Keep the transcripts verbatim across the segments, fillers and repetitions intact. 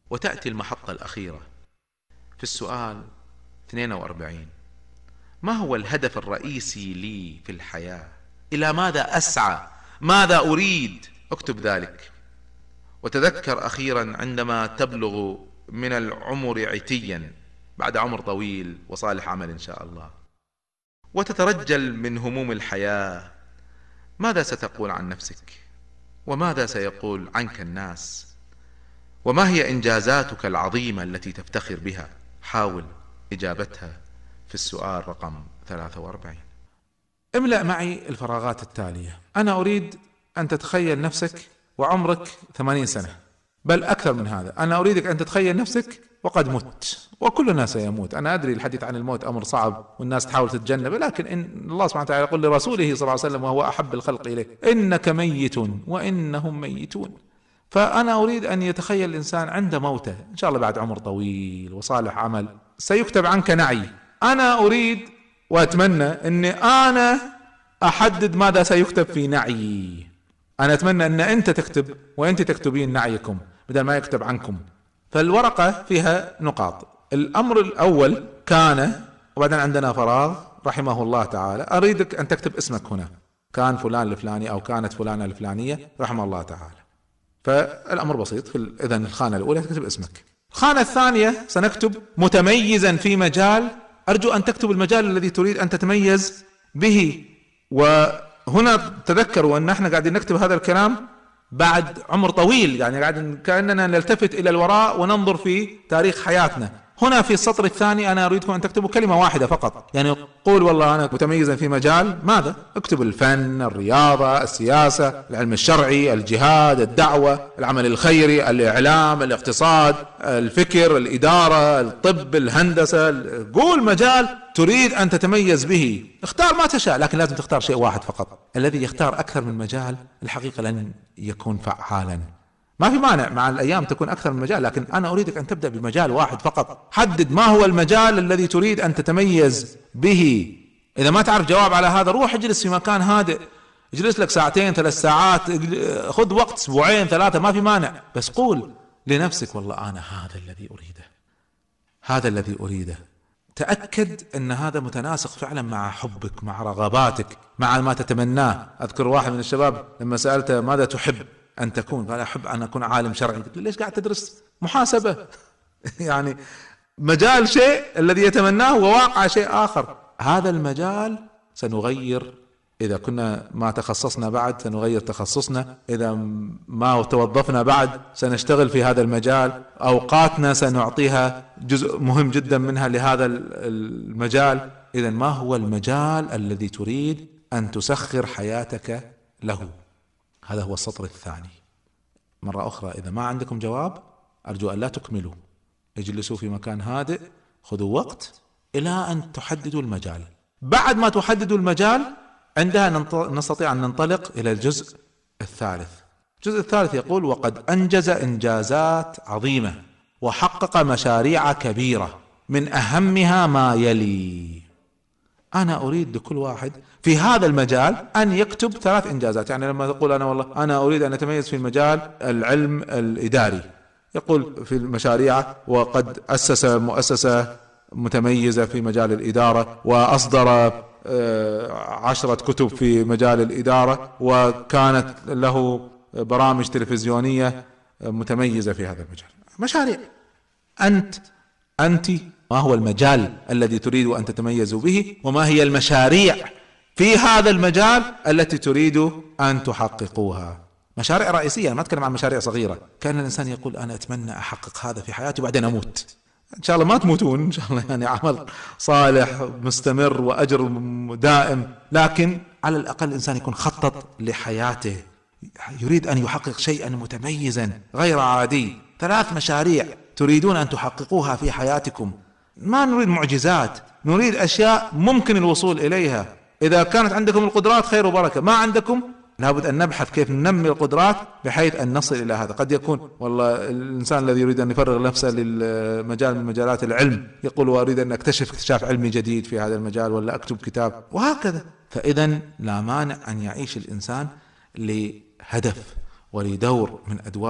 وتأتي المحطة الأخيرة في السؤال اثنين وأربعين: ما هو الهدف الرئيسي لي في الحياة؟ إلى ماذا أسعى؟ ماذا أريد؟ اكتب ذلك. وتذكر أخيرا عندما تبلغ من العمر عتيا بعد عمر طويل وصالح عمل إن شاء الله، وتترجل من هموم الحياة، ماذا ستقول عن نفسك؟ وماذا سيقول عنك الناس؟ وما هي إنجازاتك العظيمة التي تفتخر بها؟ حاول إجابتها في السؤال رقم ثلاثة وأربعين. املأ معي الفراغات التالية. أنا أريد أن تتخيل نفسك وعمرك ثمانين سنة، بل أكثر من هذا. أنا أريدك أن تتخيل نفسك وقد مت، وكلنا سيموت. أنا أدري الحديث عن الموت أمر صعب والناس تحاول تتجنبه، لكن إن الله سبحانه وتعالى يقول لرسوله صلى الله عليه وسلم وهو أحب الخلق إليه: إنك ميت وإنهم ميتون. فأنا أريد أن يتخيل الإنسان عند موته إن شاء الله بعد عمر طويل وصالح عمل سيكتب عنك نعي. أنا أريد وأتمنى أني أنا أحدد ماذا سيكتب في نعي. أنا أتمنى أن أنت تكتب وأنت تكتبين نعيكم بدل ما يكتب عنكم. فالورقة فيها نقاط. الأمر الأول كان، وبعدين عندنا فراغ رحمه الله تعالى. أريدك أن تكتب اسمك هنا، كان فلان الفلاني أو كانت فلانة الفلانية رحمه الله تعالى. فالأمر بسيط. في إذن الخانة الأولى تكتب اسمك. الخانة الثانية سنكتب متميزا في مجال. أرجو أن تكتب المجال الذي تريد أن تتميز به. وهنا تذكروا أن احنا قاعدين نكتب هذا الكلام بعد عمر طويل، يعني قاعد كأننا نلتفت إلى الوراء وننظر في تاريخ حياتنا. هنا في السطر الثاني أنا أريدكم أن تكتبوا كلمة واحدة فقط. يعني قول والله أنا متميزا في مجال ماذا؟ اكتب الفن، الرياضة، السياسة، العلم الشرعي، الجهاد، الدعوة، العمل الخيري، الإعلام، الاقتصاد، الفكر، الإدارة، الطب، الهندسة. قول مجال تريد أن تتميز به. اختار ما تشاء، لكن لازم تختار شيء واحد فقط. الذي يختار أكثر من مجال الحقيقة لن يكون فعالا. ما في مانع مع الأيام تكون أكثر من مجال، لكن أنا أريدك أن تبدأ بمجال واحد فقط. حدد ما هو المجال الذي تريد أن تتميز به. إذا ما تعرف جواب على هذا، روح اجلس في مكان هادئ، اجلس لك ساعتين ثلاث ساعات، خذ وقت أسبوعين ثلاثة، ما في مانع، بس قول لنفسك والله أنا هذا الذي أريده، هذا الذي أريده. تأكد أن هذا متناسق فعلا مع حبك، مع رغباتك، مع ما تتمناه. أذكر واحد من الشباب لما سألته ماذا تحب أن تكون؟ قال أحب أن أكون عالم شرعي. قلت له ليش قاعد تدرس محاسبة؟ يعني مجال شيء الذي يتمناه وواقع شيء آخر. هذا المجال سنغير إذا كنا ما تخصصنا بعد، سنغير تخصصنا. إذا ما توظفنا بعد سنشتغل في هذا المجال. أوقاتنا سنعطيها جزء مهم جدا منها لهذا المجال. إذا ما هو المجال الذي تريد أن تسخر حياتك له؟ هذا هو السطر الثاني. مرة أخرى إذا ما عندكم جواب أرجو أن لا تكملوا، اجلسوا في مكان هادئ، خذوا وقت إلى أن تحددوا المجال. بعد ما تحددوا المجال عندها نستطيع أن ننطلق إلى الجزء الثالث. الجزء الثالث يقول: وقد أنجز إنجازات عظيمة وحقق مشاريع كبيرة، من أهمها ما يلي. أنا أريد لكل واحد في هذا المجال أن يكتب ثلاث إنجازات. يعني لما تقول أنا والله أنا أريد أن أتميز في مجال العلم الإداري، يقول في المشاريع: وقد أسس مؤسسة متميزة في مجال الإدارة، وأصدر عشرة كتب في مجال الإدارة، وكانت له برامج تلفزيونية متميزة في هذا المجال. مشاريع. أنت أنت ما هو المجال الذي تريد أن تتميز به؟ وما هي المشاريع في هذا المجال التي تريد أن تحققوها؟ مشاريع رئيسية، ما أتكلم عن مشاريع صغيرة. كان الإنسان يقول أنا أتمنى أحقق هذا في حياتي وبعدين أموت. إن شاء الله ما تموتون، إن شاء الله يعني عمل صالح مستمر وأجر دائم، لكن على الأقل الإنسان يكون خطط لحياته، يريد أن يحقق شيئا متميزا غير عادي. ثلاث مشاريع تريدون أن تحققوها في حياتكم. ما نريد معجزات، نريد أشياء ممكن الوصول إليها. إذا كانت عندكم القدرات خير وبركة، ما عندكم لابد أن نبحث كيف ننمي القدرات بحيث أن نصل إلى هذا. قد يكون والله الإنسان الذي يريد أن يفرغ نفسه للمجال من مجالات العلم يقول وأريد أن أكتشف اكتشاف علمي جديد في هذا المجال، ولا أكتب كتاب، وهكذا. فإذا لا مانع أن يعيش الإنسان لهدف ولدور من أدواره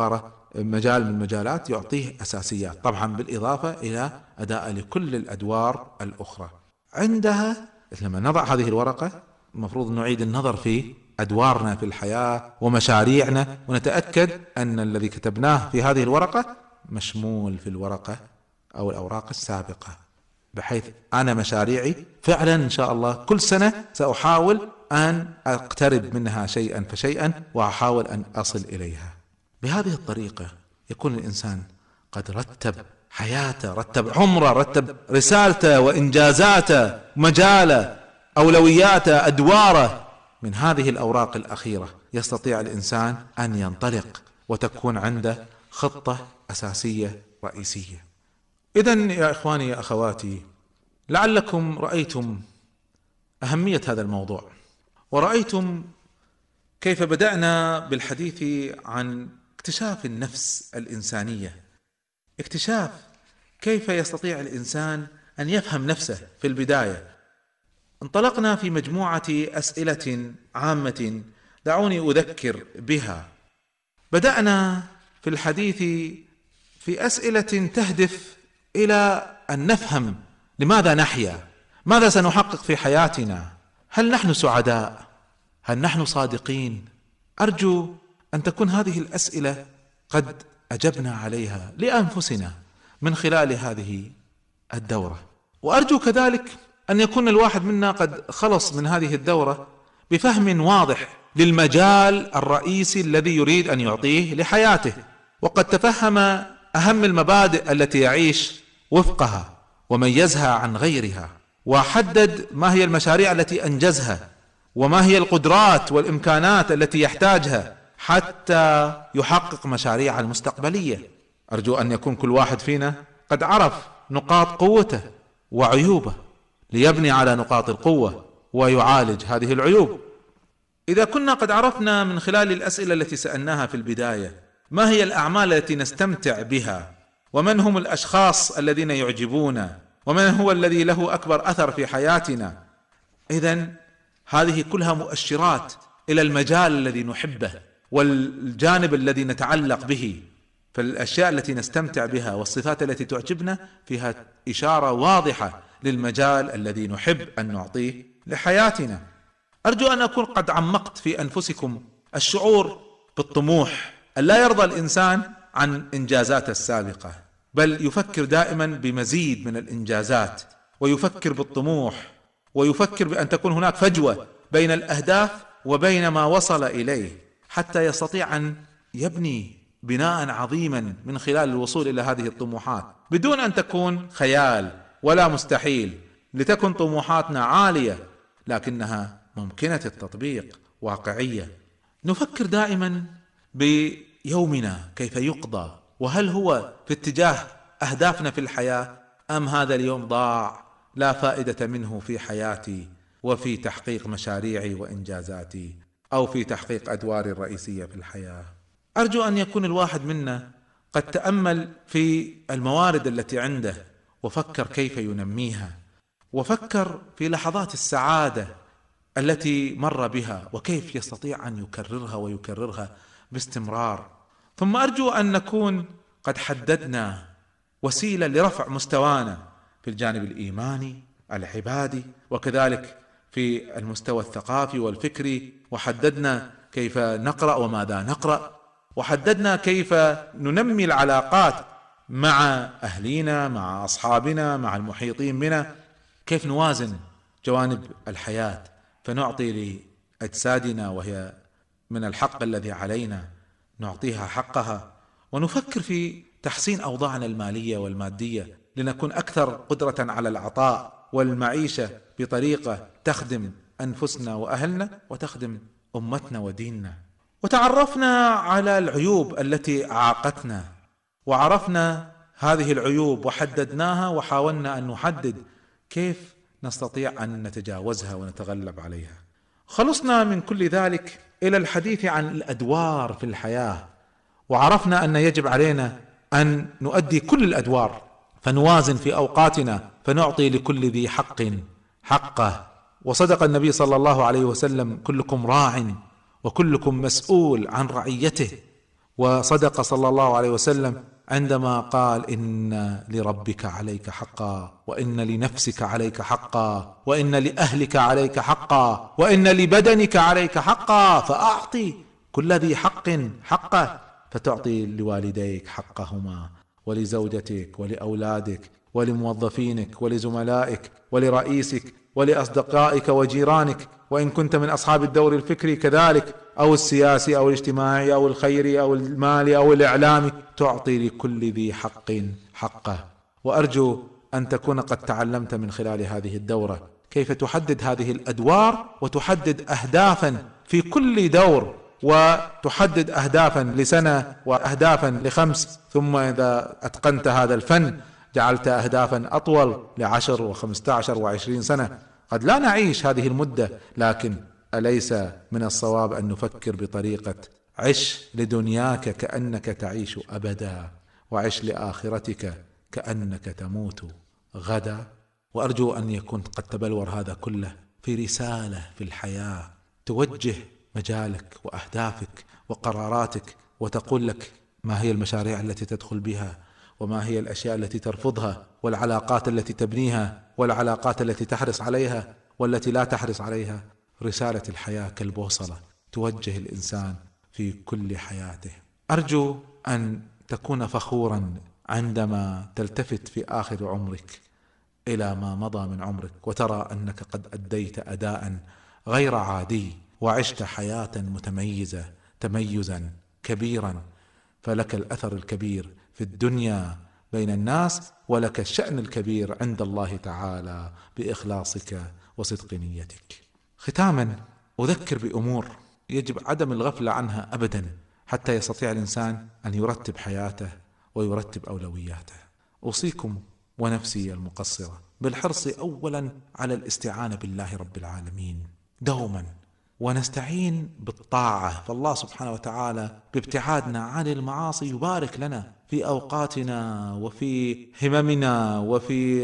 مجال من المجالات يعطيه أساسيات، طبعا بالإضافة إلى أداء لكل الأدوار الأخرى. عندها لما نضع هذه الورقة المفروض نعيد النظر في أدوارنا في الحياة ومشاريعنا، ونتأكد أن الذي كتبناه في هذه الورقة مشمول في الورقة أو الأوراق السابقة، بحيث أنا مشاريعي فعلا إن شاء الله كل سنة سأحاول أن أقترب منها شيئا فشيئا وأحاول أن أصل إليها. بهذه الطريقة يكون الإنسان قد رتب حياته، رتب عمره، رتب رسالته وإنجازاته، مجاله، أولوياته، أدواره. من هذه الأوراق الأخيرة يستطيع الإنسان أن ينطلق وتكون عنده خطة أساسية رئيسية. إذن يا إخواني يا أخواتي، لعلكم رأيتم أهمية هذا الموضوع، ورأيتم كيف بدأنا بالحديث عن اكتشاف النفس الإنسانية، اكتشاف كيف يستطيع الإنسان أن يفهم نفسه في البداية. انطلقنا في مجموعة أسئلة عامة دعوني أذكر بها. بدأنا في الحديث في أسئلة تهدف إلى أن نفهم لماذا نحيا، ماذا سنحقق في حياتنا، هل نحن سعداء، هل نحن صادقين. أرجو أن تكون هذه الأسئلة قد أجبنا عليها لأنفسنا من خلال هذه الدورة، وأرجو كذلك أن يكون الواحد منا قد خلص من هذه الدورة بفهم واضح للمجال الرئيسي الذي يريد أن يعطيه لحياته، وقد تفهم أهم المبادئ التي يعيش وفقها وميزها عن غيرها، وحدد ما هي المشاريع التي أنجزها، وما هي القدرات والإمكانات التي يحتاجها حتى يحقق مشاريع المستقبلية. أرجو أن يكون كل واحد فينا قد عرف نقاط قوته وعيوبه ليبني على نقاط القوة ويعالج هذه العيوب. إذا كنا قد عرفنا من خلال الأسئلة التي سألناها في البداية ما هي الأعمال التي نستمتع بها، ومن هم الأشخاص الذين يعجبونا، ومن هو الذي له أكبر أثر في حياتنا، إذن هذه كلها مؤشرات إلى المجال الذي نحبه والجانب الذي نتعلق به. فالأشياء التي نستمتع بها والصفات التي تعجبنا فيها إشارة واضحة للمجال الذي نحب أن نعطيه لحياتنا. أرجو أن أكون قد عمقت في أنفسكم الشعور بالطموح، أن لا يرضى الإنسان عن إنجازاته السابقة، بل يفكر دائما بمزيد من الإنجازات، ويفكر بالطموح، ويفكر بأن تكون هناك فجوة بين الأهداف وبين ما وصل إليه، حتى يستطيع أن يبني بناء عظيما من خلال الوصول إلى هذه الطموحات بدون أن تكون خيال ولا مستحيل، لتكن طموحاتنا عالية لكنها ممكنة التطبيق، واقعية. نفكر دائما بيومنا كيف يقضى، وهل هو في اتجاه أهدافنا في الحياة، أم هذا اليوم ضاع لا فائدة منه في حياتي وفي تحقيق مشاريعي وإنجازاتي أو في تحقيق أدواري الرئيسية في الحياة. أرجو أن يكون الواحد منا قد تأمل في الموارد التي عنده وفكر كيف ينميها، وفكر في لحظات السعادة التي مر بها وكيف يستطيع أن يكررها ويكررها باستمرار. ثم أرجو أن نكون قد حددنا وسيلة لرفع مستوانا في الجانب الإيماني العبادي، وكذلك في المستوى الثقافي والفكري، وحددنا كيف نقرأ وماذا نقرأ، وحددنا كيف ننمي العلاقات مع أهلينا، مع أصحابنا، مع المحيطين بنا، كيف نوازن جوانب الحياة فنعطي لأجسادنا وهي من الحق الذي علينا نعطيها حقها، ونفكر في تحسين أوضاعنا المالية والمادية لنكون أكثر قدرة على العطاء والمعيشة بطريقة تخدم أنفسنا وأهلنا وتخدم أمتنا وديننا. وتعرفنا على العيوب التي أعاقتنا، وعرفنا هذه العيوب وحددناها، وحاولنا أن نحدد كيف نستطيع أن نتجاوزها ونتغلب عليها. خلصنا من كل ذلك إلى الحديث عن الأدوار في الحياة، وعرفنا أن يجب علينا أن نؤدي كل الأدوار، فنوازن في أوقاتنا، فنعطي لكل ذي حق حقه. وصدق النبي صلى الله عليه وسلم: كلكم راع وكلكم مسؤول عن رعيته. وصدق صلى الله عليه وسلم عندما قال: إن لربك عليك حقا، وإن لنفسك عليك حقا، وإن لأهلك عليك حقا، وإن لبدنك عليك حقا، فأعطي كل ذي حق حقه. فتعطي لوالديك حقهما، ولزوجتك، ولأولادك، ولموظفينك، ولزملائك، ولرئيسك، ولأصدقائك وجيرانك، وإن كنت من أصحاب الدور الفكري كذلك، أو السياسي أو الاجتماعي أو الخيري أو المالي أو الإعلامي، تعطي لكل ذي حق حقه. وأرجو أن تكون قد تعلمت من خلال هذه الدورة كيف تحدد هذه الأدوار، وتحدد أهدافا في كل دور، وتحدد أهدافا لسنة وأهدافا لخمس، ثم إذا أتقنت هذا الفن جعلت أهدافا أطول لعشر وخمسة عشر وعشرين سنة. قد لا نعيش هذه المدة، لكن أليس من الصواب أن نفكر بطريقة: عش لدنياك كأنك تعيش أبدا، وعش لآخرتك كأنك تموت غدا. وأرجو أن يكون قد تبلور هذا كله في رسالة في الحياة توجه مجالك وأهدافك وقراراتك، وتقول لك ما هي المشاريع التي تدخل بها، وما هي الأشياء التي ترفضها، والعلاقات التي تبنيها، والعلاقات التي تحرص عليها والتي لا تحرص عليها. رسالة الحياة كالبوصلة توجه الإنسان في كل حياته. أرجو أن تكون فخورا عندما تلتفت في آخر عمرك إلى ما مضى من عمرك، وترى أنك قد أديت أداء غير عادي، وعشت حياة متميزة تميزا كبيرا، فلك الأثر الكبير في الدنيا بين الناس، ولك الشأن الكبير عند الله تعالى بإخلاصك وصدق نيتك. ختاما أذكر بأمور يجب عدم الغفلة عنها أبدا، حتى يستطيع الإنسان أن يرتب حياته ويرتب أولوياته. أوصيكم ونفسي المقصرة بالحرص أولا على الاستعانة بالله رب العالمين دوما، ونستعين بالطاعة، فالله سبحانه وتعالى بابتعادنا عن المعاصي يبارك لنا في أوقاتنا وفي هممنا وفي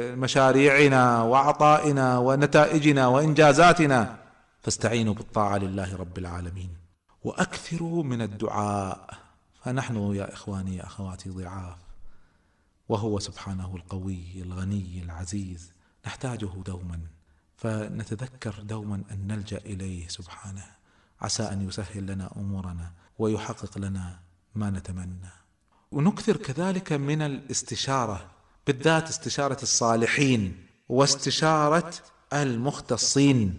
مشاريعنا وعطائنا ونتائجنا وإنجازاتنا. فاستعينوا بالطاعة لله رب العالمين، وأكثروا من الدعاء، فنحن يا إخواني يا أخواتي ضعاف، وهو سبحانه القوي الغني العزيز نحتاجه دوما، فنتذكر دوما أن نلجأ إليه سبحانه، عسى أن يسهل لنا أمورنا ويحقق لنا ما نتمنى. ونكثر كذلك من الاستشارة، بالذات استشارة الصالحين واستشارة المختصين،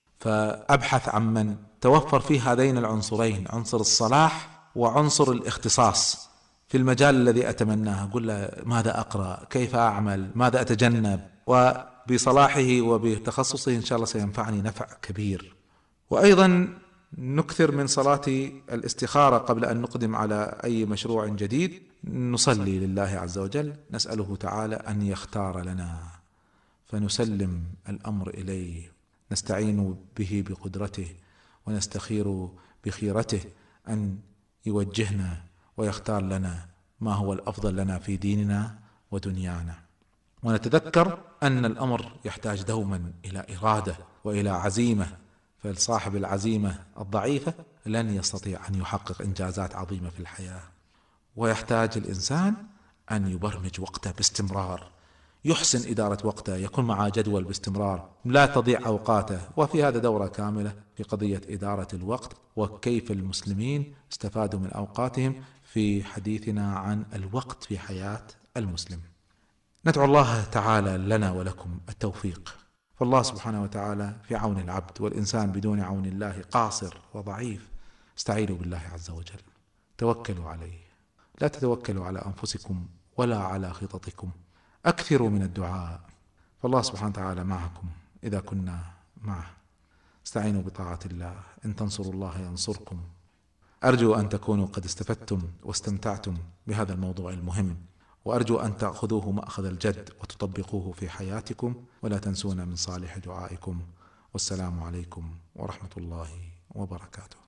فأبحث عن من توفر فيه هذين العنصرين، عنصر الصلاح وعنصر الاختصاص في المجال الذي أتمناه. أقول له ماذا أقرأ، كيف أعمل، ماذا أتجنب، وبصلاحه وبتخصصه إن شاء الله سينفعني نفع كبير. وأيضا نكثر من صلاة الاستخارة قبل أن نقدم على أي مشروع جديد، نصلي لله عز وجل نسأله تعالى أن يختار لنا، فنسلم الأمر إليه، نستعين به بقدرته ونستخير بخيرته أن يوجهنا ويختار لنا ما هو الأفضل لنا في ديننا ودنيانا. ونتذكر أن الأمر يحتاج دوما إلى إرادة وإلى عزيمة، فالصاحب العزيمة الضعيفة لن يستطيع أن يحقق إنجازات عظيمة في الحياة. ويحتاج الإنسان أن يبرمج وقته باستمرار، يحسن إدارة وقته، يكون معه جدول باستمرار، لا تضيع أوقاته. وفي هذا دورة كاملة في قضية إدارة الوقت، وكيف المسلمين استفادوا من أوقاتهم في حديثنا عن الوقت في حياة المسلم. ندعو الله تعالى لنا ولكم التوفيق، فالله سبحانه وتعالى في عون العبد، والإنسان بدون عون الله قاصر وضعيف. استعينوا بالله عز وجل، توكلوا عليه، لا تتوكلوا على أنفسكم ولا على خططكم، أكثروا من الدعاء، فالله سبحانه وتعالى معكم إذا كنا معه. استعينوا بطاعة الله، إن تنصروا الله ينصركم. أرجو أن تكونوا قد استفدتم واستمتعتم بهذا الموضوع المهم، وأرجو أن تأخذوه مأخذ الجد وتطبقوه في حياتكم، ولا تنسونا من صالح دعائكم. والسلام عليكم ورحمة الله وبركاته.